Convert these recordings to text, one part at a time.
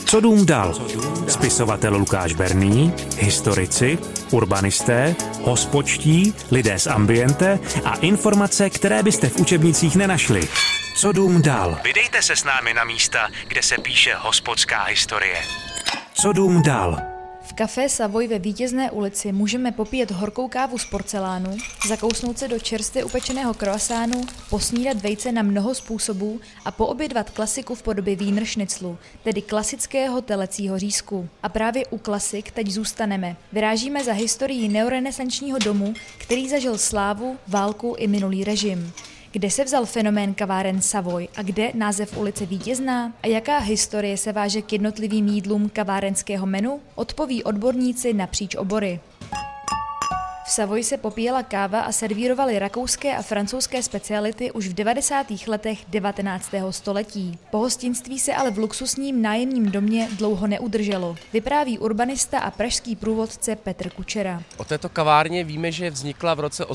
Co dům dal? Spisovatel Lukáš Berný, historici, urbanisté, hospočtí, lidé z ambiente a informace, které byste v učebnicích nenašli. Co dům dal? Vydejte se s námi na místa, kde se píše hospodská historie. Co dům dal? V Café Savoy ve Vítězné ulici můžeme popíjet horkou kávu z porcelánu, zakousnout se do čerstvě upečeného croissantu, posnídat vejce na mnoho způsobů a poobědvat klasiku v podobě Wiener Schnitzlu, tedy klasického telecího řízku. A právě u klasik teď zůstaneme. Vyrážíme za historií neorenesančního domu, který zažil slávu, válku i minulý režim. Kde se vzal fenomén kaváren Savoy a kde název ulice Vítězná? A jaká historie se váže k jednotlivým jídlům kavárenského menu? Odpoví odborníci napříč obory. V Savoy se popíjela káva a servírovaly rakouské a francouzské speciality už v 90. letech 19. století. Pohostinství se ale v luxusním nájemním domě dlouho neudrželo, vypráví urbanista a pražský průvodce Petr Kučera. O této kavárně víme, že vznikla v roce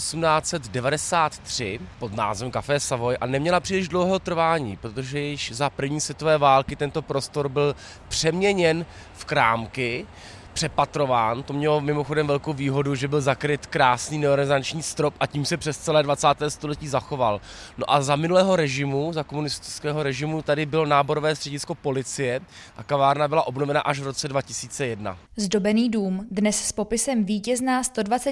1893 pod názvem Café Savoy a neměla příliš dlouhého trvání, protože již za první světové války tento prostor byl přeměněn v krámky, přepatrován. To mělo mimochodem velkou výhodu, že byl zakryt krásný neorenesanční strop a tím se přes celé 20. století zachoval. No a za minulého režimu, za komunistického režimu, tady bylo náborové středisko policie a kavárna byla obnovena až v roce 2001. Zdobený dům, dnes s popisem Vítězná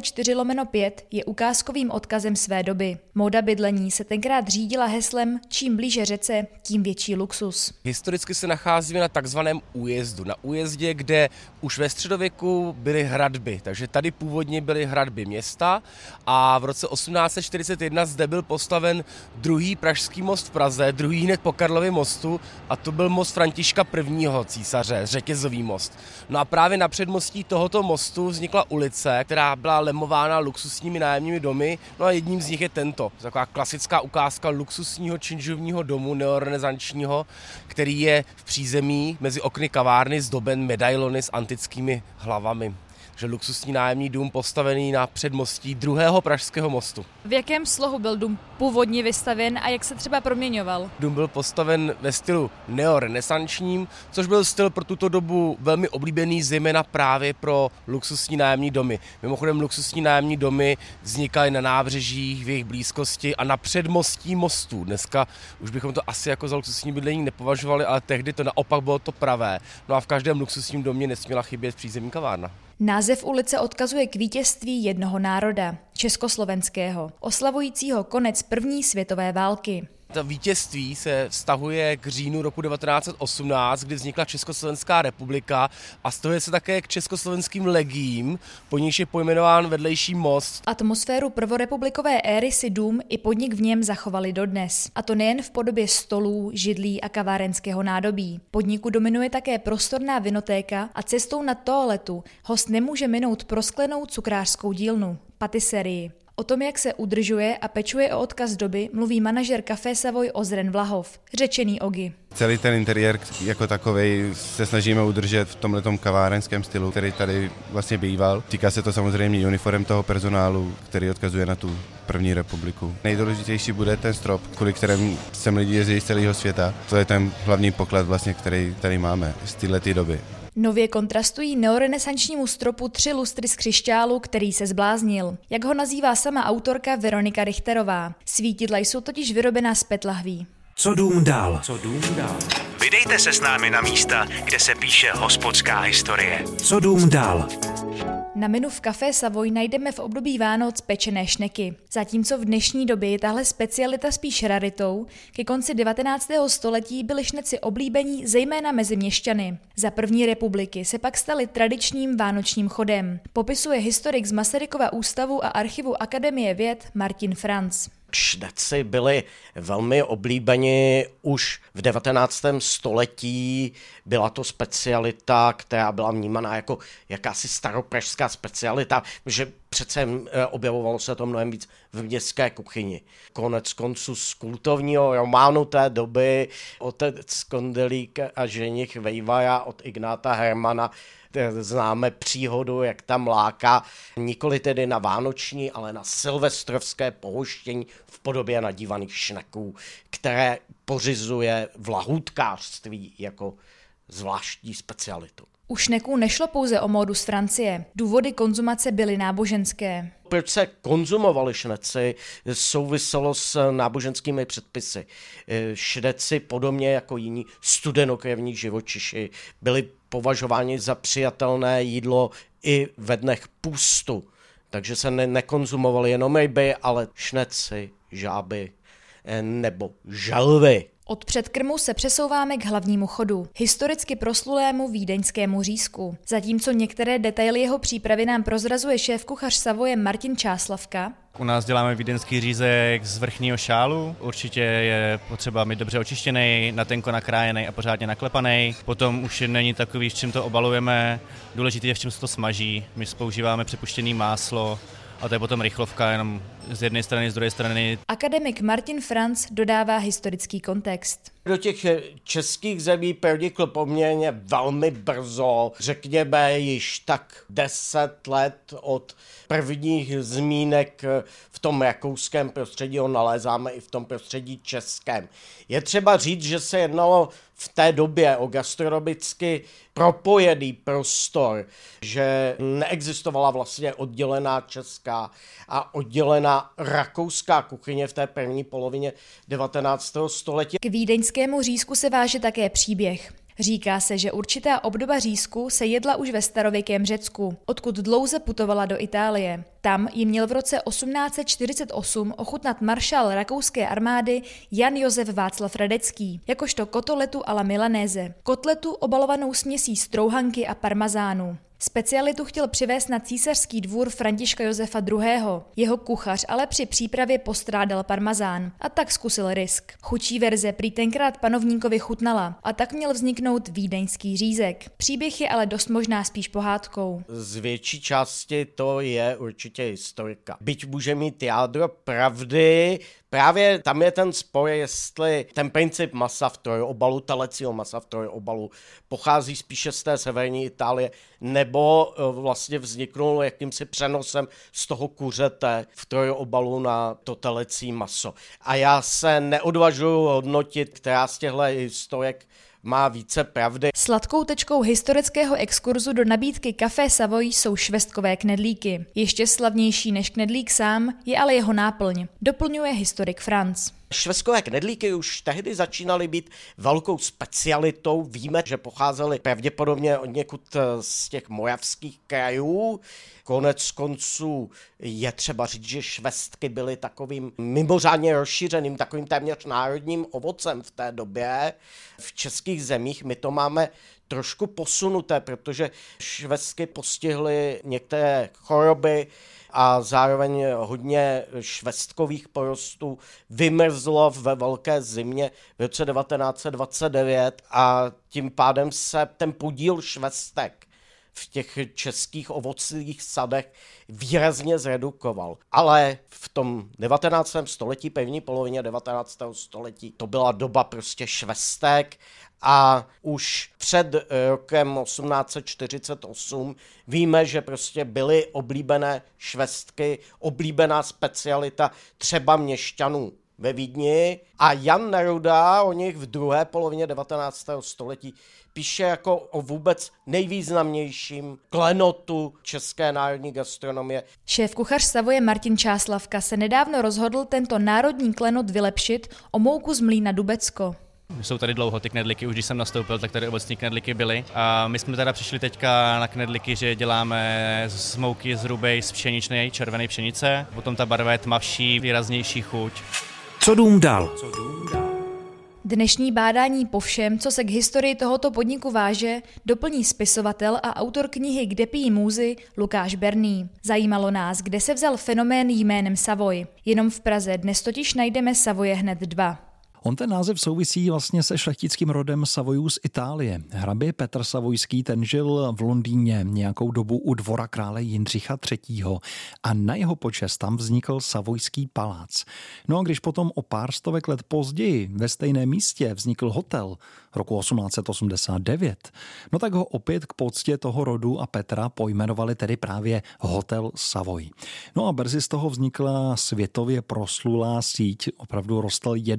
124/5, je ukázkovým odkazem své doby. Móda bydlení se tenkrát řídila heslem čím blíže řece, tím větší luxus. Historicky se nacházíme na takzvaném újezdu. Na újezdě, kde už ve středověku byly hradby, takže tady původně byly hradby města a v roce 1841 zde byl postaven druhý pražský most v Praze, druhý hned po Karlově mostu a to byl most Františka I. císaře, řetězový most. No a právě na předmostí tohoto mostu vznikla ulice, která byla lemována luxusními nájemními domy, no a jedním z nich je tento. Taková klasická ukázka luxusního činžovního domu neorenesančního, který je v přízemí mezi okny kavárny zdoben medailony s antickými hlavami. Že luxusní nájemní dům postavený na předmostí druhého pražského mostu. V jakém slohu byl dům původně vystavěn a jak se třeba proměňoval? Dům byl postaven ve stylu neorenesančním, což byl styl pro tuto dobu velmi oblíbený, zejména právě pro luxusní nájemní domy. Mimochodem luxusní nájemní domy vznikaly na nábřežích, v jejich blízkosti a na předmostí mostů. Dneska už bychom to asi jako za luxusní bydlení nepovažovali, ale tehdy to naopak bylo to pravé. No a v každém luxusním domě nesměla chybět přízemní kavárna. Název ulice odkazuje k vítězství jednoho národa, československého, oslavujícího konec první světové války. To vítězství se vztahuje k říjnu roku 1918, kdy vznikla Československá republika a vztahuje se také k československým legiím, po níž je pojmenován vedlejší most. Atmosféru prvorepublikové éry si dům i podnik v něm zachovali dodnes. A to nejen v podobě stolů, židlí a kavárenského nádobí. Podniku dominuje také prostorná vinotéka a cestou na toaletu host nemůže minout prosklenou cukrářskou dílnu, patiserii. O tom, jak se udržuje a pečuje o odkaz doby, mluví manažer Café Savoy Ozren Vlahov, řečený Ogi. Celý ten interiér jako takovej se snažíme udržet v tomhletom kavárenském stylu, který tady vlastně býval. Týká se to samozřejmě uniform toho personálu, který odkazuje na tu první republiku. Nejdůležitější bude ten strop, kvůli kterému sem lidi jezdí z celého světa. To je ten hlavní poklad, vlastně, který tady máme z této doby. Nově kontrastují neorenesančnímu stropu 3 lustry z křišťálu, který se zbláznil. Jak ho nazývá sama autorka Veronika Richterová. Svítidla jsou totiž vyrobená z PET lahví. Co dům dal? Vydejte se s námi na místa, kde se píše hospodská historie. Co dům dal? Na menu v Café Savoy najdeme v období Vánoc pečené šneky. Zatímco v dnešní době je tahle specialita spíš raritou, ke konci 19. století byly šneci oblíbení zejména mezi měšťany. Za první republiky se pak staly tradičním vánočním chodem. Popisuje historik z Masarykova ústavu a archivu Akademie věd Martin Franz. Šneci byli velmi oblíbeni už v 19. století. Byla to specialita, která byla vnímaná jako jakási staropražská specialita, že přece objevovalo se to mnohem víc v městské kuchyni. Konec konců z kultovního románu té doby Otec Kondelík a ženich Vejvaja od Ignáta Hermana známe příhodu, jak tam láká nikoli tedy na vánoční, ale na silvestrovské pohoštění v podobě nadívaných šneků, které pořizuje v lahůdkářství jako zvláštní specialitu. U šneků nešlo pouze o módu z Francie. Důvody konzumace byly náboženské. Proč se konzumovali šneci, souviselo s náboženskými předpisy. Šneci, podobně jako jiní studenokrevní živočiši, byli považováni za přijatelné jídlo i ve dnech půstu. Takže se nekonzumovaly jenom ryby, ale šneci, žáby nebo želvy. Od předkrmu se přesouváme k hlavnímu chodu, historicky proslulému vídeňskému řízku. Zatímco některé detaily jeho přípravy nám prozrazuje šéfkuchař Savoye Martin Čáslavka. U nás děláme vídeňský řízek z vrchního šálu. Určitě je potřeba mít dobře očištěný, natenko nakrájený a pořádně naklepaný. Potom už není takový, s čím to obalujeme. Důležité je, v čem se to smaží. My používáme přepuštěné máslo a to je potom rychlovka, jenom z jedné strany, z druhé strany. Akademik Martin Franc dodává historický kontext. Do těch českých zemí pronikl poměrně velmi brzo, řekněme již tak 10 let od prvních zmínek v tom rakouském prostředí, ho nalézáme i v tom prostředí českém. Je třeba říct, že se jednalo v té době o gastronomicky propojený prostor, že neexistovala vlastně oddělená česká a oddělená rakouská kuchyně v té první polovině 19. století. K vídeňskému řízku se váže také příběh. Říká se, že určitá obdoba řízku se jedla už ve starověkém Řecku, odkud dlouze putovala do Itálie. Tam ji měl v roce 1848 ochutnat maršál rakouské armády Jan Josef Václav Radecký, jakožto kotoletu a la milanese, kotletu obalovanou směsí strouhanky a parmazánu. Specialitu chtěl přivést na císařský dvůr Františka Josefa II. Jeho kuchař ale při přípravě postrádal parmazán a tak zkusil risk. Chutí verze prý tenkrát panovníkovi chutnala a tak měl vzniknout vídeňský řízek. Příběh je ale dost možná spíš pohádkou. Z větší části to je určitě historika. Byť může mít jádro pravdy, právě tam je ten spor, jestli ten princip masa v trojobalu, telecího masa v trojobalu, pochází spíše z té severní Itálie, nebo vlastně vzniknul jakýmsi přenosem z toho kuřete v trojoobalu na to telecí maso. A já se neodvažuji hodnotit, která z těchto historiek má více pravdy. Sladkou tečkou historického exkurzu do nabídky Café Savoy jsou švestkové knedlíky. Ještě slavnější než knedlík sám je ale jeho náplň, doplňuje historik Franc. Švestkové knedlíky už tehdy začínaly být velkou specialitou. Víme, že pocházely pravděpodobně od někud z těch moravských krajů. Konec konců je třeba říct, že švestky byly takovým mimořádně rozšířeným, takovým téměř národním ovocem v té době. V českých zemích my to máme trošku posunuté, protože švestky postihly některé choroby a zároveň hodně švestkových porostů vymrzlo ve velké zimě v roce 1929 a tím pádem se ten podíl švestek v těch českých ovocných sadech výrazně zredukoval. Ale v tom 19. století, první polovině 19. století, to byla doba prostě švestek a už před rokem 1848 víme, že prostě byly oblíbené švestky, oblíbená specialita třeba měšťanů ve Vídni a Jan Neruda o nich v druhé polovině 19. století píše jako o vůbec nejvýznamnějším klenotu české národní gastronomie. Šéfkuchař Savoye Martin Čáslavka se nedávno rozhodl tento národní klenot vylepšit o mouku z mlýna Dubecko. Jsou tady dlouho ty knedlíky, už když jsem nastoupil, tak tady ovocní knedlíky byly. A my jsme teda přišli teďka na knedlíky, že děláme z mouky z hrubé, z pšeničné, červené pšenice. Potom ta barva je tmavší, výraznější chuť. Co dům dal? Dnešní bádání po všem, co se k historii tohoto podniku váže, doplní spisovatel a autor knihy Kde pijí můzy Lukáš Berný. Zajímalo nás, kde se vzal fenomén jménem Savoy. Jenom v Praze dnes totiž najdeme Savoye hned 2. On ten název souvisí vlastně se šlechtickým rodem Savojů z Itálie. Hrabě Petr Savojský, ten žil v Londýně nějakou dobu u dvora krále Jindřicha III. A na jeho počest tam vznikl Savojský palác. No a když potom o pár stovek let později ve stejném místě vznikl hotel roku 1889, no tak ho opět k poctě toho rodu a Petra pojmenovali tedy právě Hotel Savoy. No a brzy z toho vznikla světově proslulá síť, opravdu rostl jeden za druhým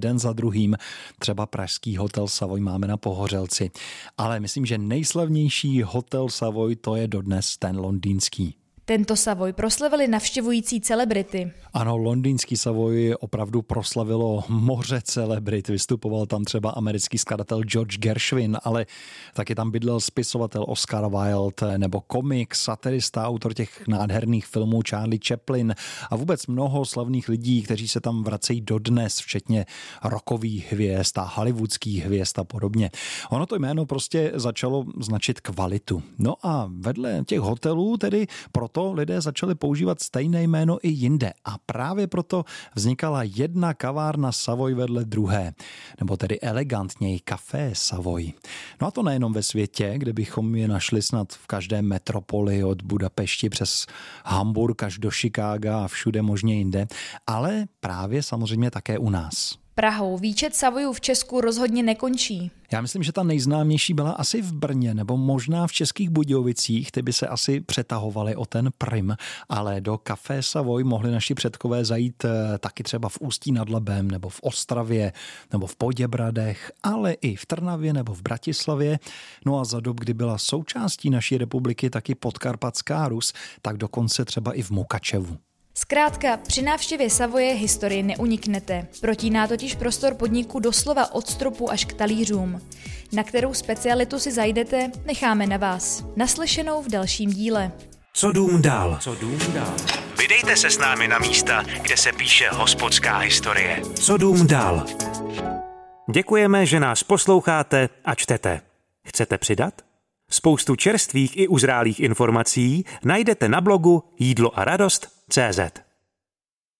druhým. Třeba pražský hotel Savoy máme na Pohořelci. Ale myslím, že nejslavnější hotel Savoy to je dodnes ten londýnský. Tento Savoy proslavili navštěvující celebrity. Ano, londýnský Savoy opravdu proslavilo moře celebrit. Vystupoval tam třeba americký skladatel George Gershwin, ale taky tam bydlel spisovatel Oscar Wilde nebo komik, satirista, autor těch nádherných filmů Charlie Chaplin a vůbec mnoho slavných lidí, kteří se tam vracejí dodnes, včetně rockových hvězd a hollywoodských hvězd a podobně. Ono to jméno prostě začalo značit kvalitu. No a vedle těch hotelů tedy proto lidé začali používat stejné jméno i jinde a právě proto vznikala jedna kavárna Savoy vedle druhé, nebo tedy elegantněji Café Savoy. No a to nejenom ve světě, kde bychom je našli snad v každé metropoli od Budapešti přes Hamburg až do Chicaga a všude možně jinde, ale právě samozřejmě také u nás. Prahou výčet Savoyů v Česku rozhodně nekončí. Já myslím, že ta nejznámější byla asi v Brně nebo možná v Českých Budějovicích, ty by se asi přetahovaly o ten prim, ale do Café Savoy mohli naši předkové zajít taky třeba v Ústí nad Labem nebo v Ostravě nebo v Poděbradech, ale i v Trnavě nebo v Bratislavě. No a za dob, kdy byla součástí naší republiky taky Podkarpatská Rus, tak dokonce třeba i v Mukačevu. Zkrátka, při návštěvě Savoye historii neuniknete. Protíná totiž prostor podniku doslova od stropu až k talířům. Na kterou specialitu si zajdete, necháme na vás. Naslyšenou v dalším díle. Co dům dál? Vydejte se s námi na místa, kde se píše hospodská historie. Co dům dál? Děkujeme, že nás posloucháte a čtete. Chcete přidat? Spoustu čerstvých i uzrálých informací najdete na blogu jídloaradost.cz.